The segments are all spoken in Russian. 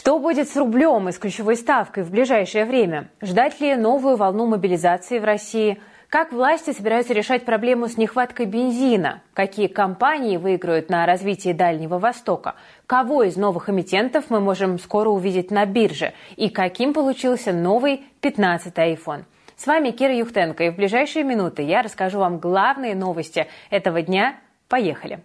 Что будет с рублем и с ключевой ставкой в ближайшее время? Ждать ли новую волну мобилизации в России? Как власти собираются решать проблему с нехваткой бензина? Какие компании выиграют на развитии Дальнего Востока? Кого из новых эмитентов мы можем скоро увидеть на бирже? И каким получился новый 15-й iPhone? С вами Кира Юхтенко, и в ближайшие минуты я расскажу вам главные новости этого дня. Поехали!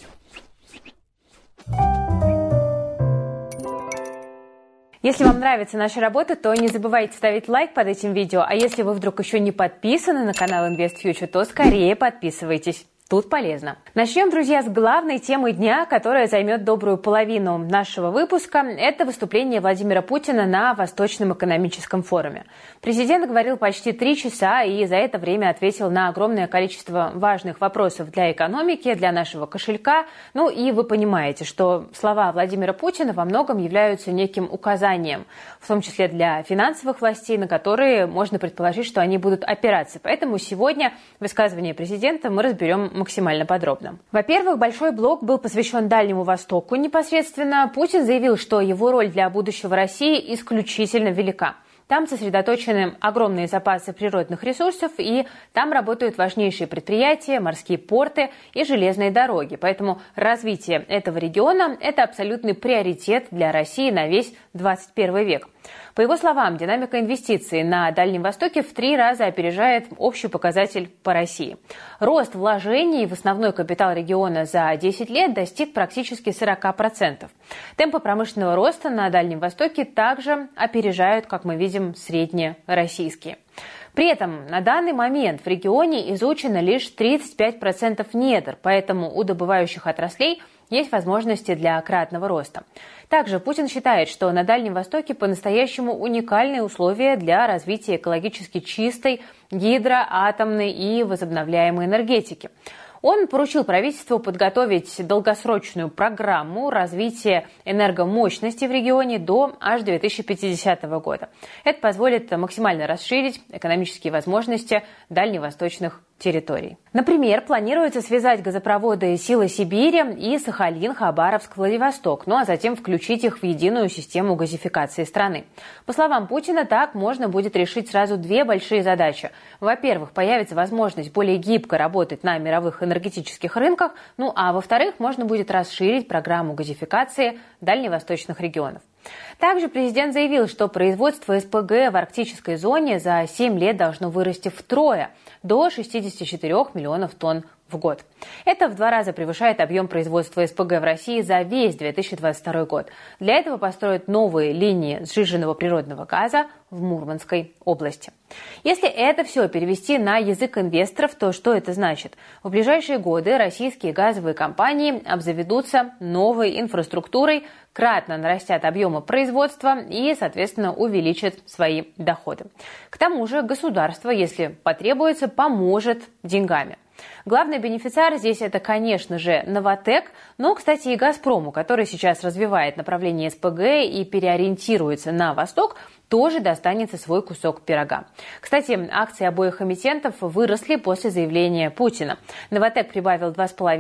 Если вам нравится наша работа, то не забывайте ставить лайк под этим видео. А если вы вдруг еще не подписаны на канал InvestFuture, то скорее подписывайтесь. Тут полезно. Начнем, друзья, с главной темы дня, которая займет добрую половину нашего выпуска. Это выступление Владимира Путина на Восточном экономическом форуме. Президент говорил почти 3 часа и за это время ответил на огромное количество важных вопросов для экономики, для нашего кошелька. Ну и вы понимаете, что слова Владимира Путина во многом являются неким указанием, в том числе для финансовых властей, на которые можно предположить, что они будут опираться. Поэтому сегодня высказывание президента мы разберем максимально подробно. Во-первых, большой блок был посвящен Дальнему Востоку непосредственно. Путин заявил, что его роль для будущего России исключительно велика. Там сосредоточены огромные запасы природных ресурсов, и там работают важнейшие предприятия, морские порты и железные дороги. Поэтому развитие этого региона – это абсолютный приоритет для России на весь 21 век. По его словам, динамика инвестиций на Дальнем Востоке в 3 раза опережает общий показатель по России. Рост вложений в основной капитал региона за 10 лет достиг практически 40%. Темпы промышленного роста на Дальнем Востоке также опережают, как мы видим, среднероссийские. При этом на данный момент в регионе изучено лишь 35% недр, поэтому у добывающих отраслей есть возможности для кратного роста. Также Путин считает, что на Дальнем Востоке по-настоящему уникальные условия для развития экологически чистой гидро-, атомной и возобновляемой энергетики. Он поручил правительству подготовить долгосрочную программу развития энергомощности в регионе до аж 2050 года. Это позволит максимально расширить экономические возможности дальневосточных территорий. Например, планируется связать газопроводы «Сила Сибири» и Сахалин, Хабаровск, Владивосток, ну а затем включить их в единую систему газификации страны. По словам Путина, так можно будет решить сразу 2 большие задачи. Во-первых, появится возможность более гибко работать на мировых энергетических рынках, ну а во-вторых, можно будет расширить программу газификации дальневосточных регионов. Также президент заявил, что производство СПГ в арктической зоне за 7 лет должно вырасти втрое, до 64 миллионов тонн в год. Это в 2 раза превышает объем производства СПГ в России за весь 2022 год. Для этого построят новые линии сжиженного природного газа в Мурманской области. Если это все перевести на язык инвесторов, то что это значит? В ближайшие годы российские газовые компании обзаведутся новой инфраструктурой, кратно нарастят объемы производства и, соответственно, увеличат свои доходы. К тому же государство, если потребуется, поможет деньгами. Главный бенефициар здесь это, конечно же, Новатэк, но, кстати, и Газпрому, который сейчас развивает направление СПГ и переориентируется на восток, тоже достанется свой кусок пирога. Кстати, акции обоих эмитентов выросли после заявления Путина. Новатэк прибавил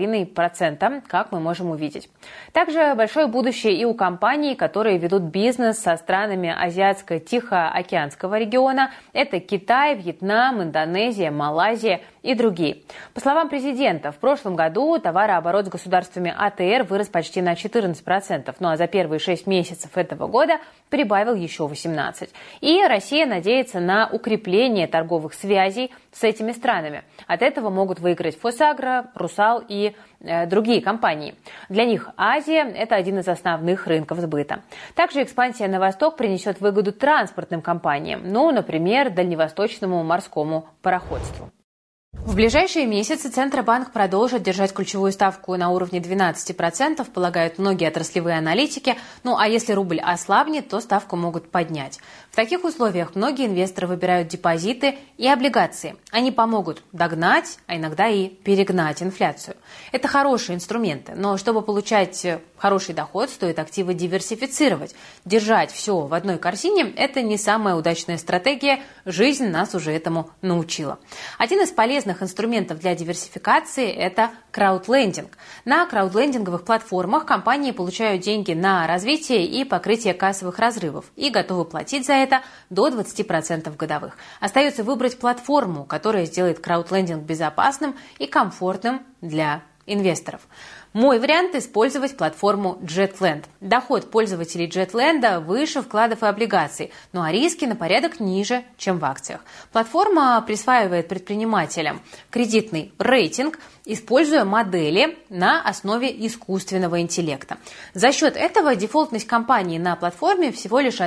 2,5%, как мы можем увидеть. Также большое будущее и у компаний, которые ведут бизнес со странами Азиатско-Тихоокеанского региона. Это Китай, Вьетнам, Индонезия, Малайзия и другие. По словам президента, в прошлом году товарооборот с государствами АТР вырос почти на 14%, ну а за первые 6 месяцев этого года прибавил еще 18%. И Россия надеется на укрепление торговых связей с этими странами. От этого могут выиграть Фосагро, Русал и другие компании. Для них Азия – это один из основных рынков сбыта. Также экспансия на восток принесет выгоду транспортным компаниям, ну, например, дальневосточному морскому пароходству. В ближайшие месяцы Центробанк продолжит держать ключевую ставку на уровне 12%, полагают многие отраслевые аналитики. Ну а если рубль ослабнет, то ставку могут поднять. В таких условиях многие инвесторы выбирают депозиты и облигации. Они помогут догнать, а иногда и перегнать инфляцию. Это хорошие инструменты, но чтобы получать хороший доход, стоит активы диверсифицировать. Держать все в одной корзине – это не самая удачная стратегия, жизнь нас уже этому научила. Один из полезных инструментов для диверсификации – это краудлендинг. На краудлендинговых платформах компании получают деньги на развитие и покрытие кассовых разрывов и готовы платить за это до 20% годовых. Остается выбрать платформу, которая сделает краудлендинг безопасным и комфортным для инвесторов. Мой вариант – использовать платформу JetLand. Доход пользователей JetLand выше вкладов и облигаций, ну а риски на порядок ниже, чем в акциях. Платформа присваивает предпринимателям кредитный рейтинг, используя модели на основе искусственного интеллекта. За счет этого дефолтность компании на платформе всего лишь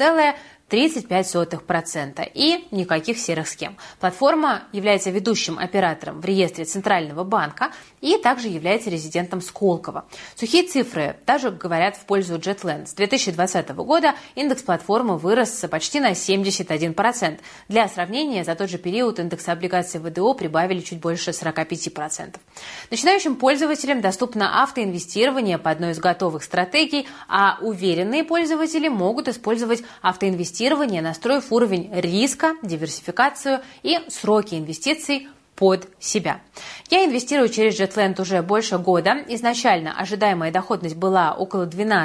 1,35% и никаких серых схем. Платформа является ведущим оператором в реестре Центрального банка и также является резидентом Сколково. Сухие цифры также говорят в пользу JetLand. С 2020 года индекс платформы вырос почти на 71%. Для сравнения, за тот же период индексы облигаций ВДО прибавили чуть больше 45%. Начинающим пользователям доступно автоинвестирование по одной из готовых стратегий, а уверенные пользователи могут использовать автоинвестирование, настроив уровень риска, диверсификацию и сроки инвестиций под себя. Я инвестирую через JetLand уже больше года. Изначально ожидаемая доходность была около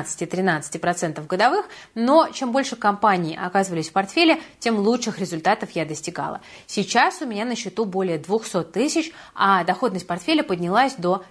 12-13% годовых, но чем больше компаний оказывались в портфеле, тем лучших результатов я достигала. Сейчас у меня на счету более 200 тысяч, а доходность портфеля поднялась до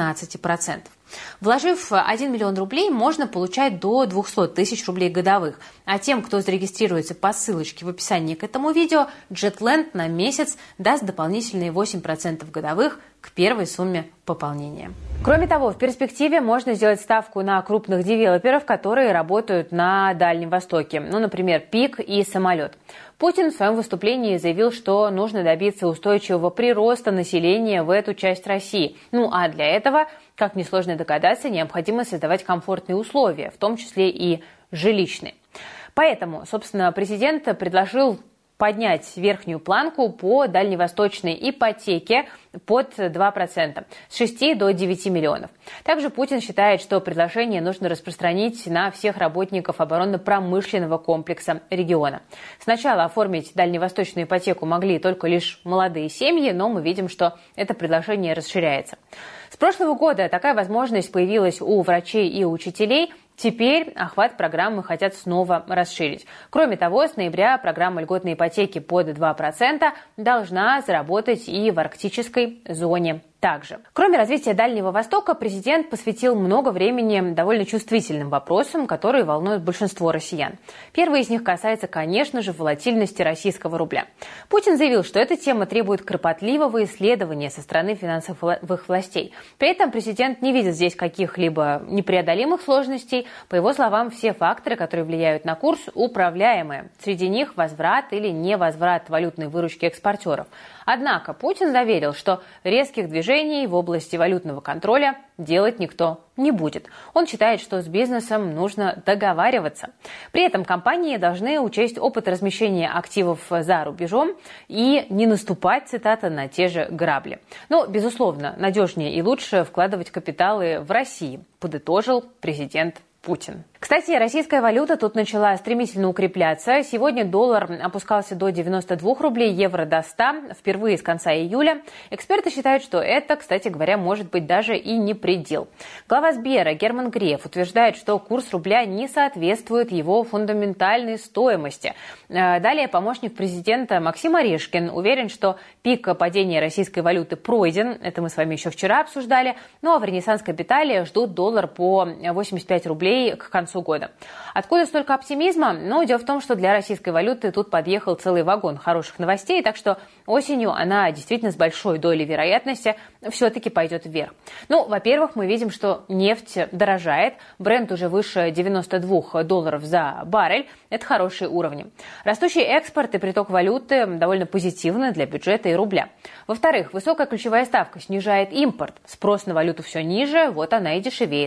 17%. Вложив 1 миллион рублей, можно получать до 200 тысяч рублей годовых. А тем, кто зарегистрируется по ссылочке в описании к этому видео, JetLand на месяц даст дополнительные 8% годовых к первой сумме пополнения. Кроме того, в перспективе можно сделать ставку на крупных девелоперов, которые работают на Дальнем Востоке, например, ПИК и Самолет. Путин в своем выступлении заявил, что нужно добиться устойчивого прироста населения в эту часть России. А для этого, как несложно догадаться, необходимо создавать комфортные условия, в том числе и жилищные. Поэтому, собственно, президент предложил поднять верхнюю планку по дальневосточной ипотеке под 2%, с 6 до 9 миллионов. Также Путин считает, что предложение нужно распространить на всех работников оборонно-промышленного комплекса региона. Сначала оформить дальневосточную ипотеку могли только лишь молодые семьи, но мы видим, что это предложение расширяется. С прошлого года такая возможность появилась у врачей и учителей. Теперь охват программы хотят снова расширить. Кроме того, с ноября программа льготной ипотеки под 2% должна заработать и в арктической зоне также. Кроме развития Дальнего Востока, президент посвятил много времени довольно чувствительным вопросам, которые волнуют большинство россиян. Первый из них касается, конечно же, волатильности российского рубля. Путин заявил, что эта тема требует кропотливого исследования со стороны финансовых властей. При этом президент не видит здесь каких-либо непреодолимых сложностей. По его словам, все факторы, которые влияют на курс, управляемые. Среди них возврат или невозврат валютной выручки экспортеров. Однако Путин заверил, что резких движений в области валютного контроля делать никто не будет. Он считает, что с бизнесом нужно договариваться. При этом компании должны учесть опыт размещения активов за рубежом и не наступать, цитата, на те же грабли. Безусловно, надежнее и лучше вкладывать капиталы в России, подытожил президент Путин. Кстати, российская валюта тут начала стремительно укрепляться. Сегодня доллар опускался до 92 рублей, евро до 100, впервые с конца июля. Эксперты считают, что это, кстати говоря, может быть даже и не предел. Глава Сбера Герман Греф утверждает, что курс рубля не соответствует его фундаментальной стоимости. Далее помощник президента Максим Орешкин уверен, что пик падения российской валюты пройден. Это мы с вами еще вчера обсуждали. А в Ренессанс Капитале ждут доллар по 85 рублей к концу года. Откуда столько оптимизма? Дело в том, что для российской валюты тут подъехал целый вагон хороших новостей, так что осенью она действительно с большой долей вероятности все-таки пойдет вверх. Во-первых, мы видим, что нефть дорожает. Брент уже выше 92 долларов за баррель. Это хорошие уровни. Растущий экспорт и приток валюты довольно позитивны для бюджета и рубля. Во-вторых, высокая ключевая ставка снижает импорт. Спрос на валюту все ниже, вот она и дешевеет.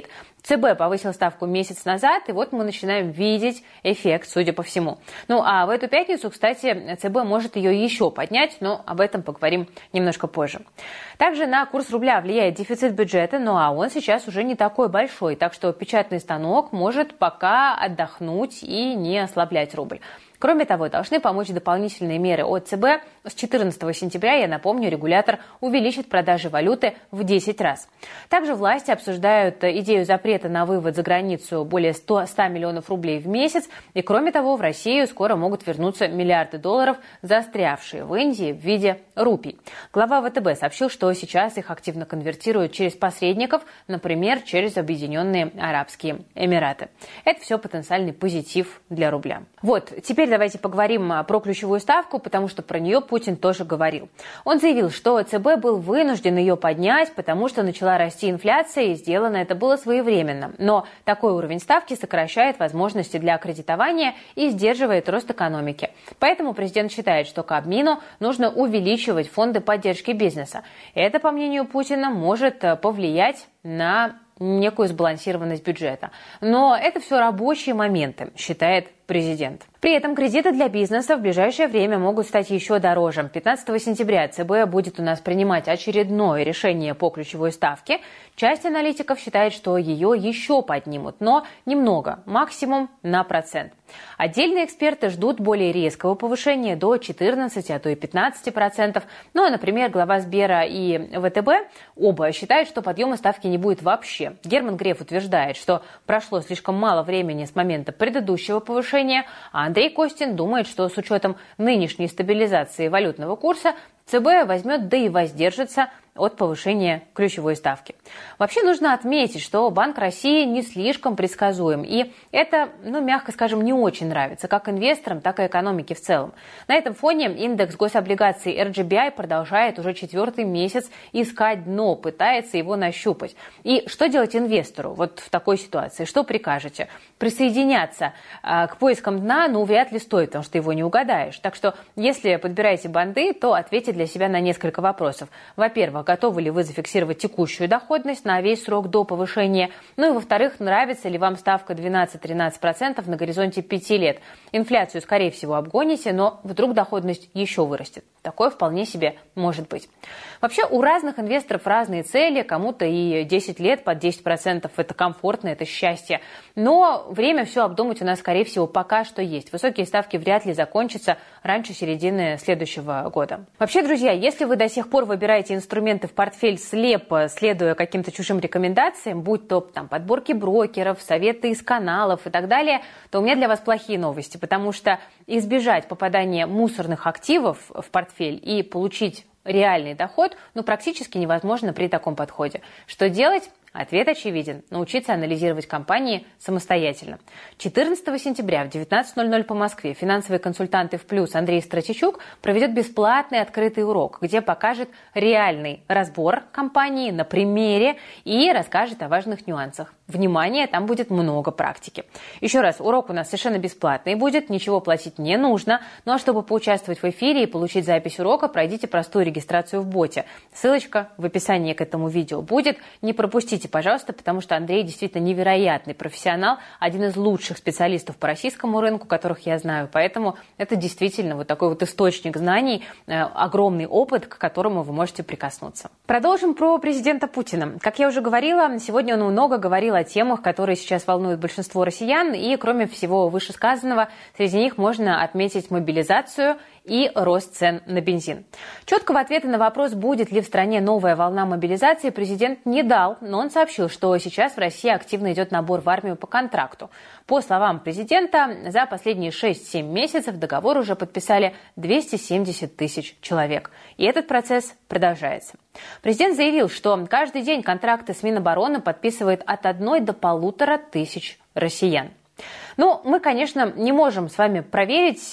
ЦБ повысил ставку месяц назад, и вот мы начинаем видеть эффект, судя по всему. Ну а в эту пятницу, кстати, ЦБ может ее еще поднять, но об этом поговорим немножко позже. Также на курс рубля влияет дефицит бюджета, ну а он сейчас уже не такой большой, так что печатный станок может пока отдохнуть и не ослаблять рубль. Кроме того, должны помочь дополнительные меры от ЦБ. С 14 сентября, я напомню, регулятор увеличит продажи валюты в 10 раз. Также власти обсуждают идею запрета на вывод за границу более 100 миллионов рублей в месяц. И кроме того, в Россию скоро могут вернуться миллиарды долларов, застрявшие в Индии в виде рупий. Глава ВТБ сообщил, что сейчас их активно конвертируют через посредников, например, через Объединенные Арабские Эмираты. Это все потенциальный позитив для рубля. Вот, теперь давайте поговорим про ключевую ставку, потому что про нее Путин тоже говорил. Он заявил, что ЦБ был вынужден ее поднять, потому что начала расти инфляция, и сделано это было своевременно. Но такой уровень ставки сокращает возможности для кредитования и сдерживает рост экономики. Поэтому президент считает, что Кабмину нужно увеличивать фонды поддержки бизнеса. Это, по мнению Путина, может повлиять на некую сбалансированность бюджета. Но это все рабочие моменты, считает президент. При этом кредиты для бизнеса в ближайшее время могут стать еще дороже. 15 сентября ЦБ будет у нас принимать очередное решение по ключевой ставке. Часть аналитиков считает, что ее еще поднимут, но немного, максимум на процент. Отдельные эксперты ждут более резкого повышения до 14, а то и 15%. Ну, а, например, глава Сбера и ВТБ оба считают, что подъема ставки не будет вообще. Герман Греф утверждает, что прошло слишком мало времени с момента предыдущего повышения, а Андрей Костин думает, что с учетом нынешней стабилизации валютного курса ЦБ возьмет, да и воздержится от повышения ключевой ставки. Вообще нужно отметить, что Банк России не слишком предсказуем, и это, мягко скажем, не очень нравится как инвесторам, так и экономике в целом. На этом фоне индекс гособлигаций RGBI продолжает уже 4-й месяц искать дно, пытается его нащупать. И что делать инвестору вот в такой ситуации? Что прикажете? Присоединяться к поискам дна, вряд ли стоит, потому что его не угадаешь. Так что, если подбираете банды, то ответьте для себя на несколько вопросов. Во-первых, готовы ли вы зафиксировать текущую доходность на весь срок до повышения? И, во-вторых, нравится ли вам ставка 12-13% на горизонте 5 лет? Инфляцию, скорее всего, обгоните, но вдруг доходность еще вырастет. Такое вполне себе может быть. Вообще, у разных инвесторов разные цели. Кому-то и 10 лет под 10% это комфортно, это счастье. Но время все обдумать у нас, скорее всего, пока что есть. Высокие ставки вряд ли закончатся раньше середины следующего года. Вообще, друзья, если вы до сих пор выбираете инструменты в портфель слепо, следуя каким-то чужим рекомендациям, будь то подборки брокеров, советы из каналов и так далее, то у меня для вас плохие новости, потому что избежать попадания мусорных активов в портфель и получить реальный доход, практически невозможно при таком подходе. Что делать? Ответ очевиден. Научиться анализировать компании самостоятельно. 14 сентября в 19:00 по Москве финансовый консультант в плюс Андрей Стратичук проведет бесплатный открытый урок, где покажет реальный разбор компании на примере и расскажет о важных нюансах. Внимание, там будет много практики. Еще раз, урок у нас совершенно бесплатный будет, ничего платить не нужно. Ну а чтобы поучаствовать в эфире и получить запись урока, пройдите простую регистрацию в боте. Ссылочка в описании к этому видео будет. Не пропустите, пожалуйста, потому что Андрей действительно невероятный профессионал, один из лучших специалистов по российскому рынку, которых я знаю. Поэтому это действительно такой источник знаний, огромный опыт, к которому вы можете прикоснуться. Продолжим про президента Путина. Как я уже говорила, сегодня он много говорил о темах, которые сейчас волнуют большинство россиян, и кроме всего вышесказанного, среди них можно отметить мобилизацию и рост цен на бензин. Четкого ответа на вопрос, будет ли в стране новая волна мобилизации, президент не дал, но он сообщил, что сейчас в России активно идет набор в армию по контракту. По словам президента, за последние 6-7 месяцев договор уже подписали 270 тысяч человек. И этот процесс продолжается. Президент заявил, что каждый день контракты с Минобороны подписывает от 1 до 1500 россиян. Ну, мы, конечно, не можем с вами проверить,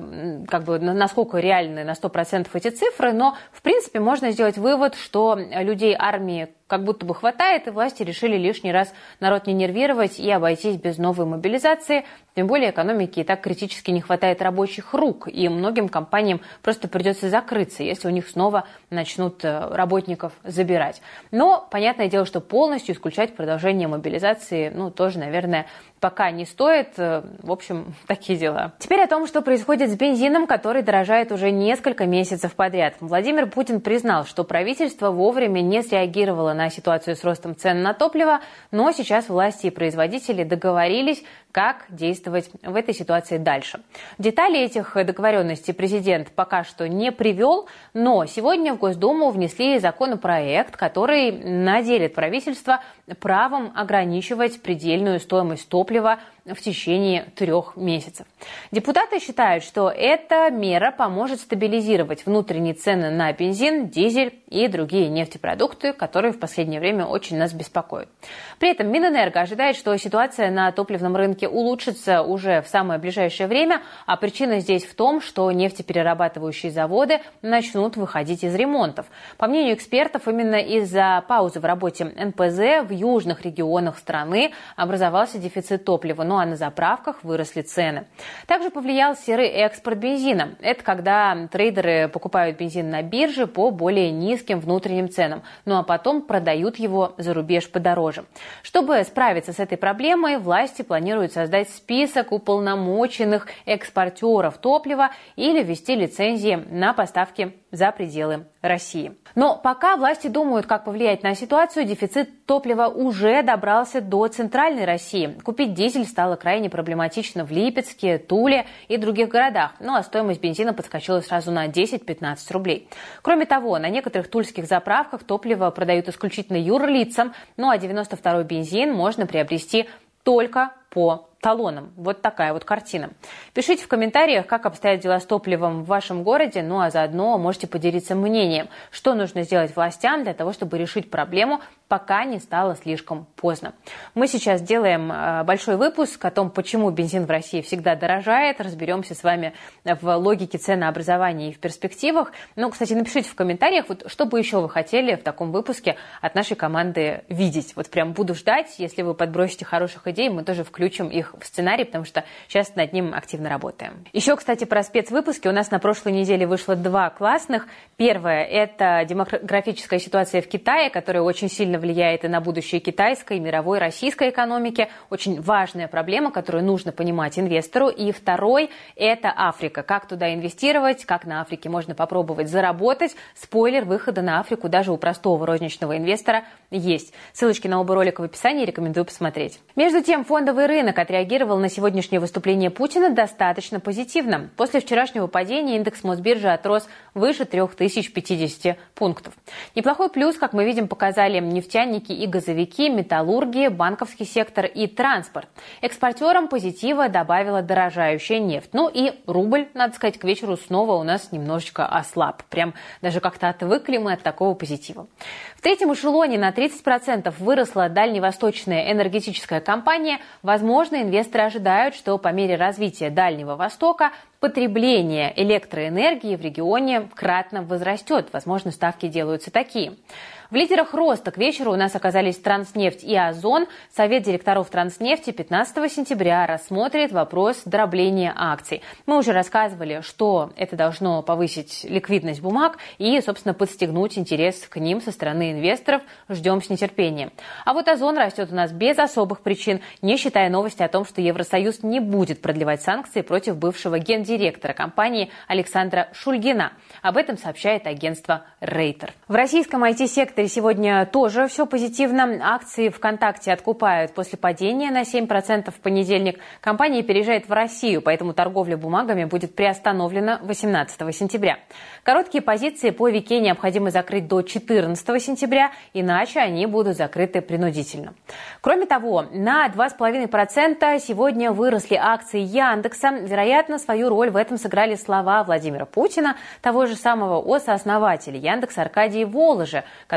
насколько реальны на 100% эти цифры, но, в принципе, можно сделать вывод, что людей армии как будто бы хватает, и власти решили лишний раз народ не нервировать и обойтись без новой мобилизации. Тем более экономике и так критически не хватает рабочих рук, и многим компаниям просто придется закрыться, если у них снова начнут работников забирать. Но, понятное дело, что полностью исключать продолжение мобилизации, тоже, наверное, пока не стоит. В общем, такие дела. Теперь о том, что происходит с бензином, который дорожает уже несколько месяцев подряд. Владимир Путин признал, что правительство вовремя не среагировало на ситуацию с ростом цен на топливо, но сейчас власти и производители договорились, как действовать в этой ситуации дальше. Детали этих договоренностей президент пока что не привел, но сегодня в Госдуму внесли законопроект, который наделит правительство правом ограничивать предельную стоимость топлива в течение 3 месяцев. Депутаты считают, что эта мера поможет стабилизировать внутренние цены на бензин, дизель и другие нефтепродукты, которые в последнее время очень нас беспокоят. При этом Минэнерго ожидает, что ситуация на топливном рынке улучшится уже в самое ближайшее время, а причина здесь в том, что нефтеперерабатывающие заводы начнут выходить из ремонтов. По мнению экспертов, именно из-за паузы в работе НПЗ в южных регионах страны образовался дефицит топлива, а на заправках выросли цены. Также повлиял серый экспорт бензина. Это когда трейдеры покупают бензин на бирже по более низким внутренним ценам, а потом продают его за рубеж подороже. Чтобы справиться с этой проблемой, власти планируют создать список уполномоченных экспортеров топлива или ввести лицензии на поставки за пределы России. Но пока власти думают, как повлиять на ситуацию, дефицит топлива уже добрался до центральной России. Купить дизель стало крайне проблематично в Липецке, Туле и других городах. А стоимость бензина подскочила сразу на 10-15 рублей. Кроме того, на некоторых тульских заправках топливо продают исключительно юрлицам, а 92-й бензин можно приобрести только по талонам. Вот такая вот картина. Пишите в комментариях, как обстоят дела с топливом в вашем городе, а заодно можете поделиться мнением, что нужно сделать властям для того, чтобы решить проблему, пока не стало слишком поздно. Мы сейчас делаем большой выпуск о том, почему бензин в России всегда дорожает. Разберемся с вами в логике ценообразования и в перспективах. Кстати, напишите в комментариях, что бы еще вы хотели в таком выпуске от нашей команды видеть. Прям буду ждать. Если вы подбросите хороших идей, мы тоже включим их в сценарий, потому что сейчас над ним активно работаем. Еще, кстати, про спецвыпуски. У нас на прошлой неделе вышло 2 классных. Первое – это демографическая ситуация в Китае, которая очень сильно влияет и на будущее китайской, мировой, российской экономики. Очень важная проблема, которую нужно понимать инвестору. И второй – это Африка. Как туда инвестировать, как на Африке можно попробовать заработать. Спойлер, выхода на Африку даже у простого розничного инвестора есть. Ссылочки на оба ролика в описании, рекомендую посмотреть. Между тем, фондовый рынок отреагировал на сегодняшнее выступление Путина достаточно позитивно. После вчерашнего падения индекс Мосбиржи отрос выше 3050 пунктов. Неплохой плюс, как мы видим, показали нефтяники и газовики, металлургия, банковский сектор и транспорт. Экспортерам позитива добавила дорожающая нефть. И рубль, надо сказать, к вечеру снова у нас немножечко ослаб. Прям даже как-то отвыкли мы от такого позитива. В третьем эшелоне на 30% выросла дальневосточная энергетическая компания. Возможно, инвесторы ожидают, что по мере развития Дальнего Востока потребление электроэнергии в регионе кратно возрастет. Возможно, ставки делаются такие. В лидерах роста к вечеру у нас оказались Транснефть и Озон. Совет директоров Транснефти 15 сентября рассмотрит вопрос дробления акций. Мы уже рассказывали, что это должно повысить ликвидность бумаг и, собственно, подстегнуть интерес к ним со стороны инвесторов. Ждем с нетерпением. А вот Озон растет у нас без особых причин, не считая новости о том, что Евросоюз не будет продлевать санкции против бывшего гендиректора компании Александра Шульгина. Об этом сообщает агентство Рейтер. В российском IT-секторе сегодня тоже все позитивно. Акции ВКонтакте откупают после падения на 7% в понедельник. Компания переезжает в Россию, поэтому торговля бумагами будет приостановлена 18 сентября. Короткие позиции по Вике необходимо закрыть до 14 сентября, иначе они будут закрыты принудительно. Кроме того, на 2,5% сегодня выросли акции Яндекса. Вероятно, свою роль в этом сыграли слова Владимира Путина, того же самого сооснователя Яндекса Аркадия Воложа, который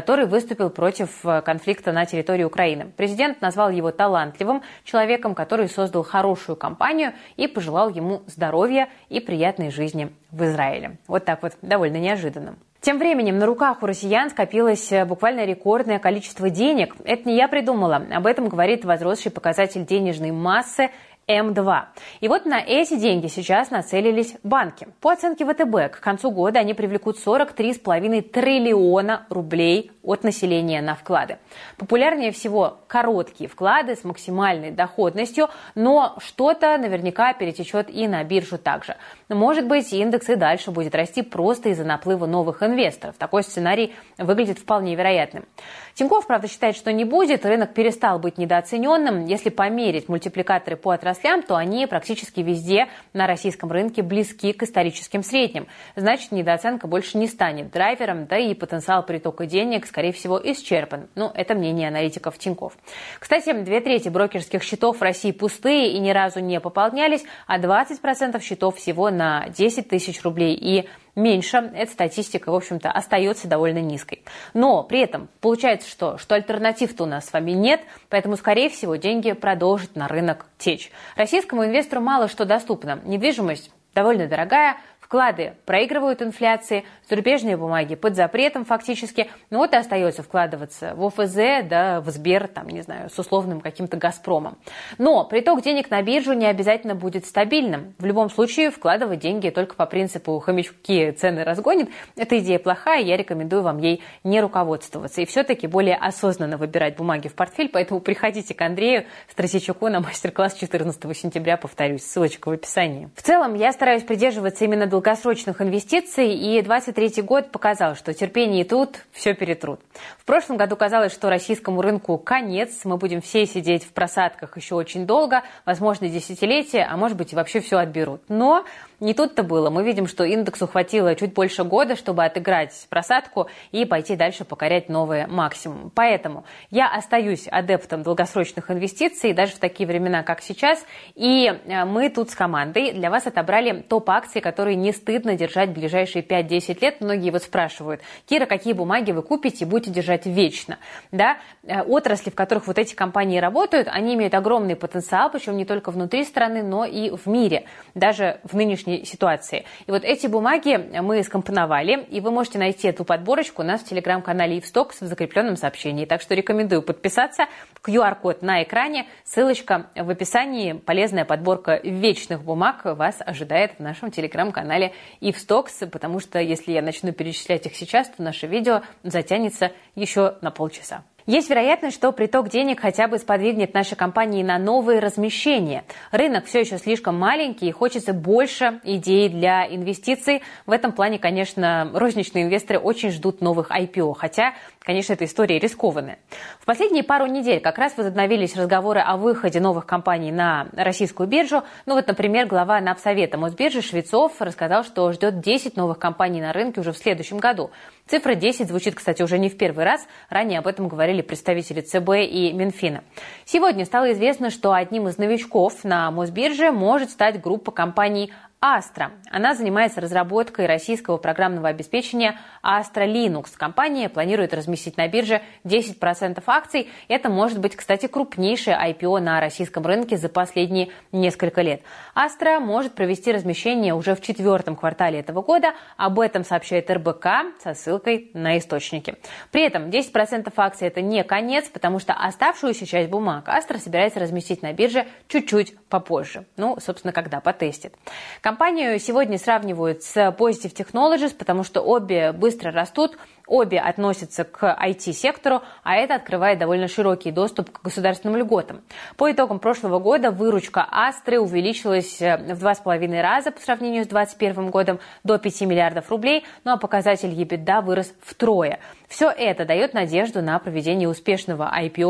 который выступил против конфликта на территории Украины. Президент назвал его талантливым человеком, который создал хорошую компанию, и пожелал ему здоровья и приятной жизни в Израиле. Вот так вот, довольно неожиданно. Тем временем на руках у россиян скопилось буквально рекордное количество денег. Это не я придумала. Об этом говорит возросший показатель денежной массы М2. И вот на эти деньги сейчас нацелились банки. По оценке ВТБ, к концу года они привлекут 43,5 триллиона рублей от населения на вклады. Популярнее всего короткие вклады с максимальной доходностью, но что-то наверняка перетечет и на биржу также. Может быть, индекс и дальше будет расти просто из-за наплыва новых инвесторов. Такой сценарий выглядит вполне вероятным. Тинькофф, правда, считает, что не будет. Рынок перестал быть недооцененным. Если померить мультипликаторы по отраслям, то они практически везде на российском рынке близки к историческим средним. Значит, недооценка больше не станет драйвером, да и потенциал притока денег, скорее всего, исчерпан. Ну, это мнение аналитиков Тинькофф. Кстати, 2/3 брокерских счетов в России пустые и ни разу не пополнялись, а 20% счетов всего на 10 тысяч рублей и меньше. Эта статистика, в общем-то, остается довольно низкой. Но при этом получается, что альтернатив-то у нас с вами нет, поэтому, скорее всего, деньги продолжат на рынок течь. Российскому инвестору мало что доступно. Недвижимость довольно дорогая, вклады проигрывают инфляции, зарубежные бумаги под запретом фактически. Ну вот и остается вкладываться в ОФЗ, да, в Сбер, там, не знаю, с условным каким-то Газпромом. Но приток денег на биржу не обязательно будет стабильным. В любом случае вкладывать деньги только по принципу «хомячки цены разгонят» – эта идея плохая, я рекомендую вам ей не руководствоваться. И все-таки более осознанно выбирать бумаги в портфель, поэтому приходите к Андрею Страсичуку на мастер-класс 14 сентября, повторюсь, ссылочка в описании. В целом я стараюсь придерживаться именно долгосрочных инвестиций, и 23-й год показал, что терпение и труд все перетрут. В прошлом году казалось, что российскому рынку конец, мы будем все сидеть в просадках еще очень долго, возможно, десятилетия, а может быть и вообще все отберут. Но не тут-то было. Мы видим, что индексу хватило чуть больше года, чтобы отыграть просадку и пойти дальше покорять новые максимумы. Поэтому я остаюсь адептом долгосрочных инвестиций, даже в такие времена, как сейчас. И мы тут с командой для вас отобрали топ-акции, которые не стыдно держать в ближайшие 5-10 лет. Многие вот спрашивают: Кира, какие бумаги вы купите и будете держать вечно? Да? Отрасли, в которых вот эти компании работают, они имеют огромный потенциал, причем не только внутри страны, но и в мире, даже в нынешней ситуации. И вот эти бумаги мы скомпоновали, и вы можете найти эту подборочку у нас в телеграм-канале Ivstox в закрепленном сообщении. Так что рекомендую подписаться. QR-код на экране, ссылочка в описании. Полезная подборка вечных бумаг вас ожидает в нашем телеграм-канале Ivstox, потому что если я начну перечислять их сейчас, то наше видео затянется еще на полчаса. Есть вероятность, что приток денег хотя бы сподвигнет наши компании на новые размещения. Рынок все еще слишком маленький и хочется больше идей для инвестиций. В этом плане, конечно, розничные инвесторы очень ждут новых IPO, хотя, конечно, эта история рискованная. В последние пару недель как раз возобновились разговоры о выходе новых компаний на российскую биржу. Ну вот, например, глава Напсовета Мосбиржи Швецов рассказал, что ждет 10 новых компаний на рынке уже в следующем году. Цифра 10 звучит, кстати, уже не в первый раз. Ранее об этом говорили представители ЦБ и Минфина. Сегодня стало известно, что одним из новичков на Мосбирже может стать группа компаний Astra. Она занимается разработкой российского программного обеспечения Astra Linux. Компания планирует разместить на бирже 10% акций. Это может быть, кстати, крупнейшее IPO на российском рынке за последние несколько лет. Astra может провести размещение уже в 4-м квартале этого года. Об этом сообщает РБК со ссылкой на источники. При этом 10% акций – это не конец, потому что оставшуюся часть бумаг Astra собирается разместить на бирже чуть-чуть попозже. Ну, собственно, когда потестит. Компанию сегодня сравнивают с Positive Technologies, потому что обе быстро растут, обе относятся к IT-сектору, а это открывает довольно широкий доступ к государственным льготам. По итогам прошлого года выручка Астры увеличилась в 2,5 раза по сравнению с 2021 годом до 5 миллиардов рублей, ну а показатель EBITDA вырос втрое. Все это дает надежду на проведение успешного IPO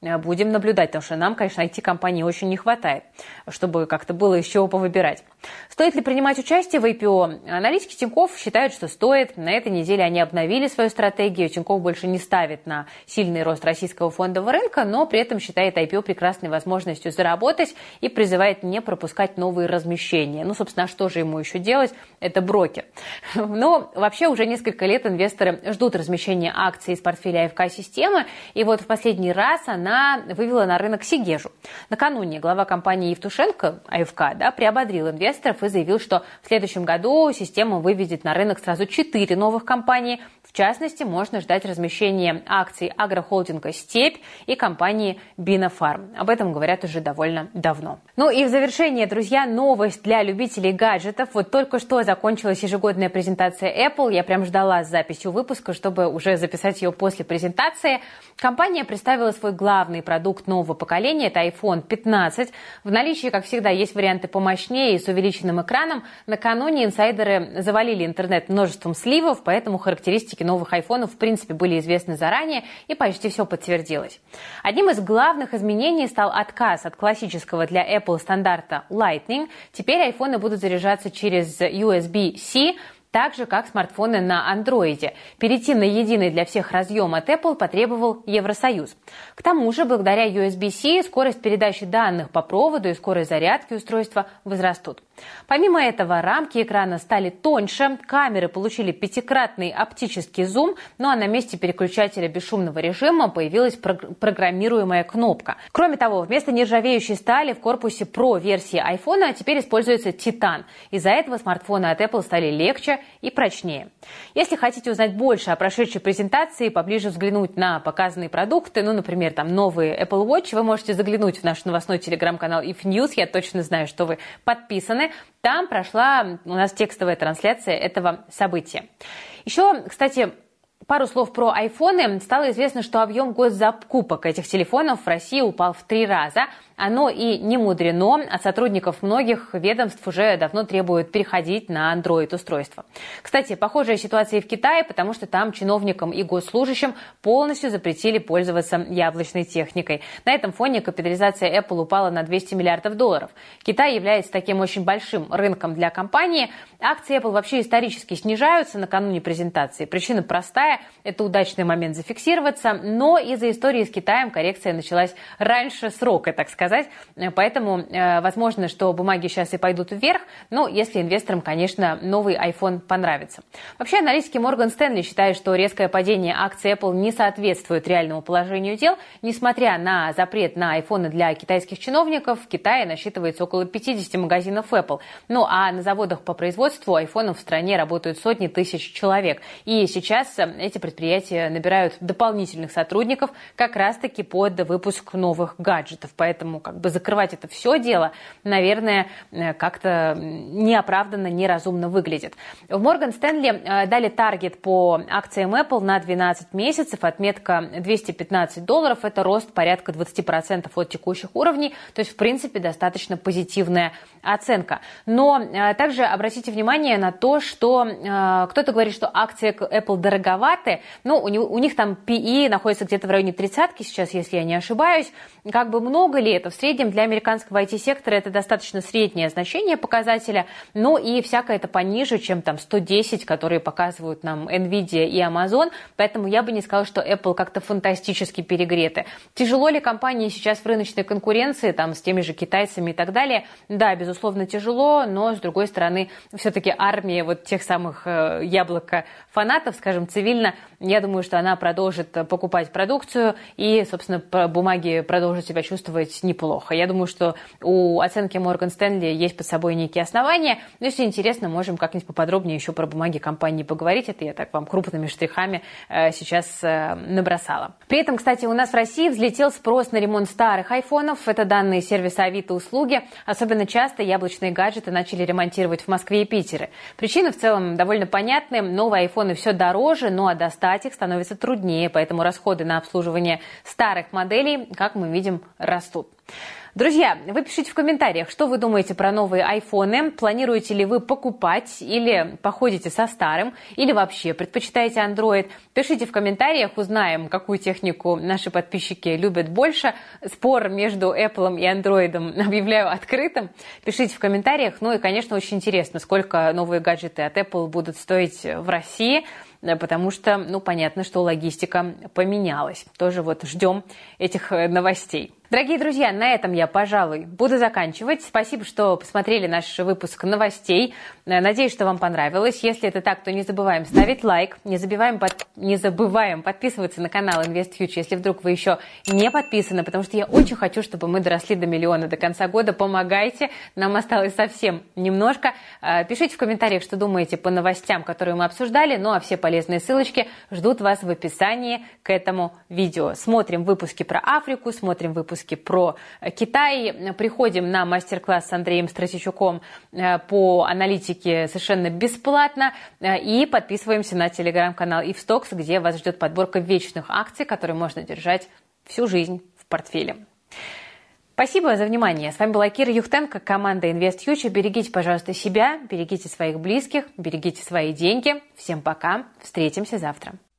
будем наблюдать, потому что нам, конечно, IT-компаний очень не хватает, чтобы как-то было из чего повыбирать. Стоит ли принимать участие в IPO? Аналитики Тинькофф считают, что стоит. На этой неделе они обновили свою стратегию. Тинькофф больше не ставит на сильный рост российского фондового рынка, но при этом считает IPO прекрасной возможностью заработать и призывает не пропускать новые размещения. Собственно, а что же ему еще делать? Это брокер. Но вообще уже несколько лет инвесторы ждут размещения акций из портфеля АФК-системы. И вот в последний раз она вывела на рынок Сигежу. Накануне глава компании Евтушенко, АФК, приободрил инвесторов и заявил, что в следующем году система выведет на рынок сразу 4 новых компании. В частности, можно ждать размещения акций агрохолдинга «Степь» и компании «Бинофарм». Об этом говорят уже довольно давно. И в завершение, друзья, новость для любителей гаджетов. Вот только что закончилась ежегодная презентация Apple. Я прям ждала с записью выпуска, чтобы уже записать ее после презентации. Компания представила свой главный продукт нового поколения. Это iPhone 15. В наличии, как всегда, есть варианты помощнее и с увеличенным экраном. Накануне инсайдеры завалили интернет множеством сливов, поэтому характеристики новых айфонов в принципе были известны заранее и почти все подтвердилось. Одним из главных изменений стал отказ от классического для Apple стандарта Lightning. Теперь айфоны будут заряжаться через USB-C, так же, как смартфоны на андроиде. Перейти на единый для всех разъем от Apple потребовал Евросоюз. К тому же, благодаря USB-C скорость передачи данных по проводу и скорость зарядки устройства возрастут. Помимо этого, рамки экрана стали тоньше, камеры получили 5-кратный оптический зум, а на месте переключателя бесшумного режима появилась программируемая кнопка. Кроме того, вместо нержавеющей стали в корпусе Pro-версии iPhone теперь используется титан. Из-за этого смартфоны от Apple стали легче и прочнее. Если хотите узнать больше о прошедшей презентации, поближе взглянуть на показанные продукты, например, новый Apple Watch, вы можете заглянуть в наш новостной телеграм-канал If News. Я точно знаю, что вы подписаны. Там прошла у нас текстовая трансляция этого события. Еще, кстати, пару слов про айфоны. Стало известно, что объем госзакупок этих телефонов в России упал в 3 раза. Оно и не мудрено. От сотрудников многих ведомств уже давно требуют переходить на Android-устройства. Кстати, похожая ситуация и в Китае, потому что там чиновникам и госслужащим полностью запретили пользоваться яблочной техникой. На этом фоне капитализация Apple упала на $200 миллиардов. Китай является таким очень большим рынком для компании. Акции Apple вообще исторически снижаются накануне презентации. Причина простая – это удачный момент зафиксироваться, но из-за истории с Китаем коррекция началась раньше срока, так сказать. Поэтому возможно, что бумаги сейчас и пойдут вверх, если инвесторам, конечно, новый iPhone понравится. Вообще, аналитики Morgan Stanley считают, что резкое падение акций Apple не соответствует реальному положению дел. Несмотря на запрет на айфоны для китайских чиновников, в Китае насчитывается около 50 магазинов Apple. А на заводах по производству айфонов в стране работают сотни тысяч человек. И сейчас эти предприятия набирают дополнительных сотрудников как раз-таки под выпуск новых гаджетов. Поэтому закрывать это все дело, наверное, как-то неоправданно, неразумно выглядит. В Morgan Stanley дали таргет по акциям Apple на 12 месяцев. Отметка $215. Это рост порядка 20% от текущих уровней. То есть, в принципе, достаточно позитивная оценка. Но также обратите внимание на то, что кто-то говорит, что акции Apple дороговаты. У них там PE находится где-то в районе 30-ки сейчас, если я не ошибаюсь. Много ли это? В среднем для американского IT-сектора это достаточно среднее значение показателя, и всякое это пониже, чем 110, которые показывают нам Nvidia и Amazon, поэтому я бы не сказала, что Apple как-то фантастически перегреты. Тяжело ли компании сейчас в рыночной конкуренции, с теми же китайцами и так далее? Да, безусловно, тяжело, но, с другой стороны, все-таки армия тех самых яблоко-фанатов, скажем, цивильно, я думаю, что она продолжит покупать продукцию и, собственно, бумаги продолжат себя чувствовать неплохо. Я думаю, что у оценки Morgan Stanley есть под собой некие основания. Но если интересно, можем как-нибудь поподробнее еще про бумаги компании поговорить. Это я так вам крупными штрихами сейчас набросала. При этом, кстати, у нас в России взлетел спрос на ремонт старых айфонов. Это данные сервиса Авито услуги. Особенно часто яблочные гаджеты начали ремонтировать в Москве и Питере. Причины в целом довольно понятны. Новые айфоны все дороже, а достать их становится труднее. Поэтому расходы на обслуживание старых моделей, как мы видим, растут. Друзья, вы пишите в комментариях, что вы думаете про новые айфоны, планируете ли вы покупать или походите со старым, или вообще предпочитаете Android. Пишите в комментариях, узнаем, какую технику наши подписчики любят больше. Спор между Apple и Android объявляю открытым. Пишите в комментариях. Ну и, конечно, очень интересно, сколько новые гаджеты от Apple будут стоить в России, потому что, понятно, что логистика поменялась. Тоже вот ждем этих новостей. Дорогие друзья, на этом я, пожалуй, буду заканчивать. Спасибо, что посмотрели наш выпуск новостей. Надеюсь, что вам понравилось. Если это так, то не забываем ставить лайк, не забываем подписываться на канал InvestFuture, если вдруг вы еще не подписаны, потому что я очень хочу, чтобы мы доросли до миллиона до конца года. Помогайте, нам осталось совсем немножко. Пишите в комментариях, что думаете по новостям, которые мы обсуждали, а все полезные ссылочки ждут вас в описании к этому видео. Смотрим выпуски про Африку, смотрим выпуски про Китай. Приходим на мастер-класс с Андреем Страсичуком по аналитике совершенно бесплатно. И подписываемся на телеграм-канал Ivstocks, где вас ждет подборка вечных акций, которые можно держать всю жизнь в портфеле. Спасибо за внимание. С вами была Кира Юхтенко, команда InvestFuture. Берегите, пожалуйста, себя, берегите своих близких, берегите свои деньги. Всем пока. Встретимся завтра.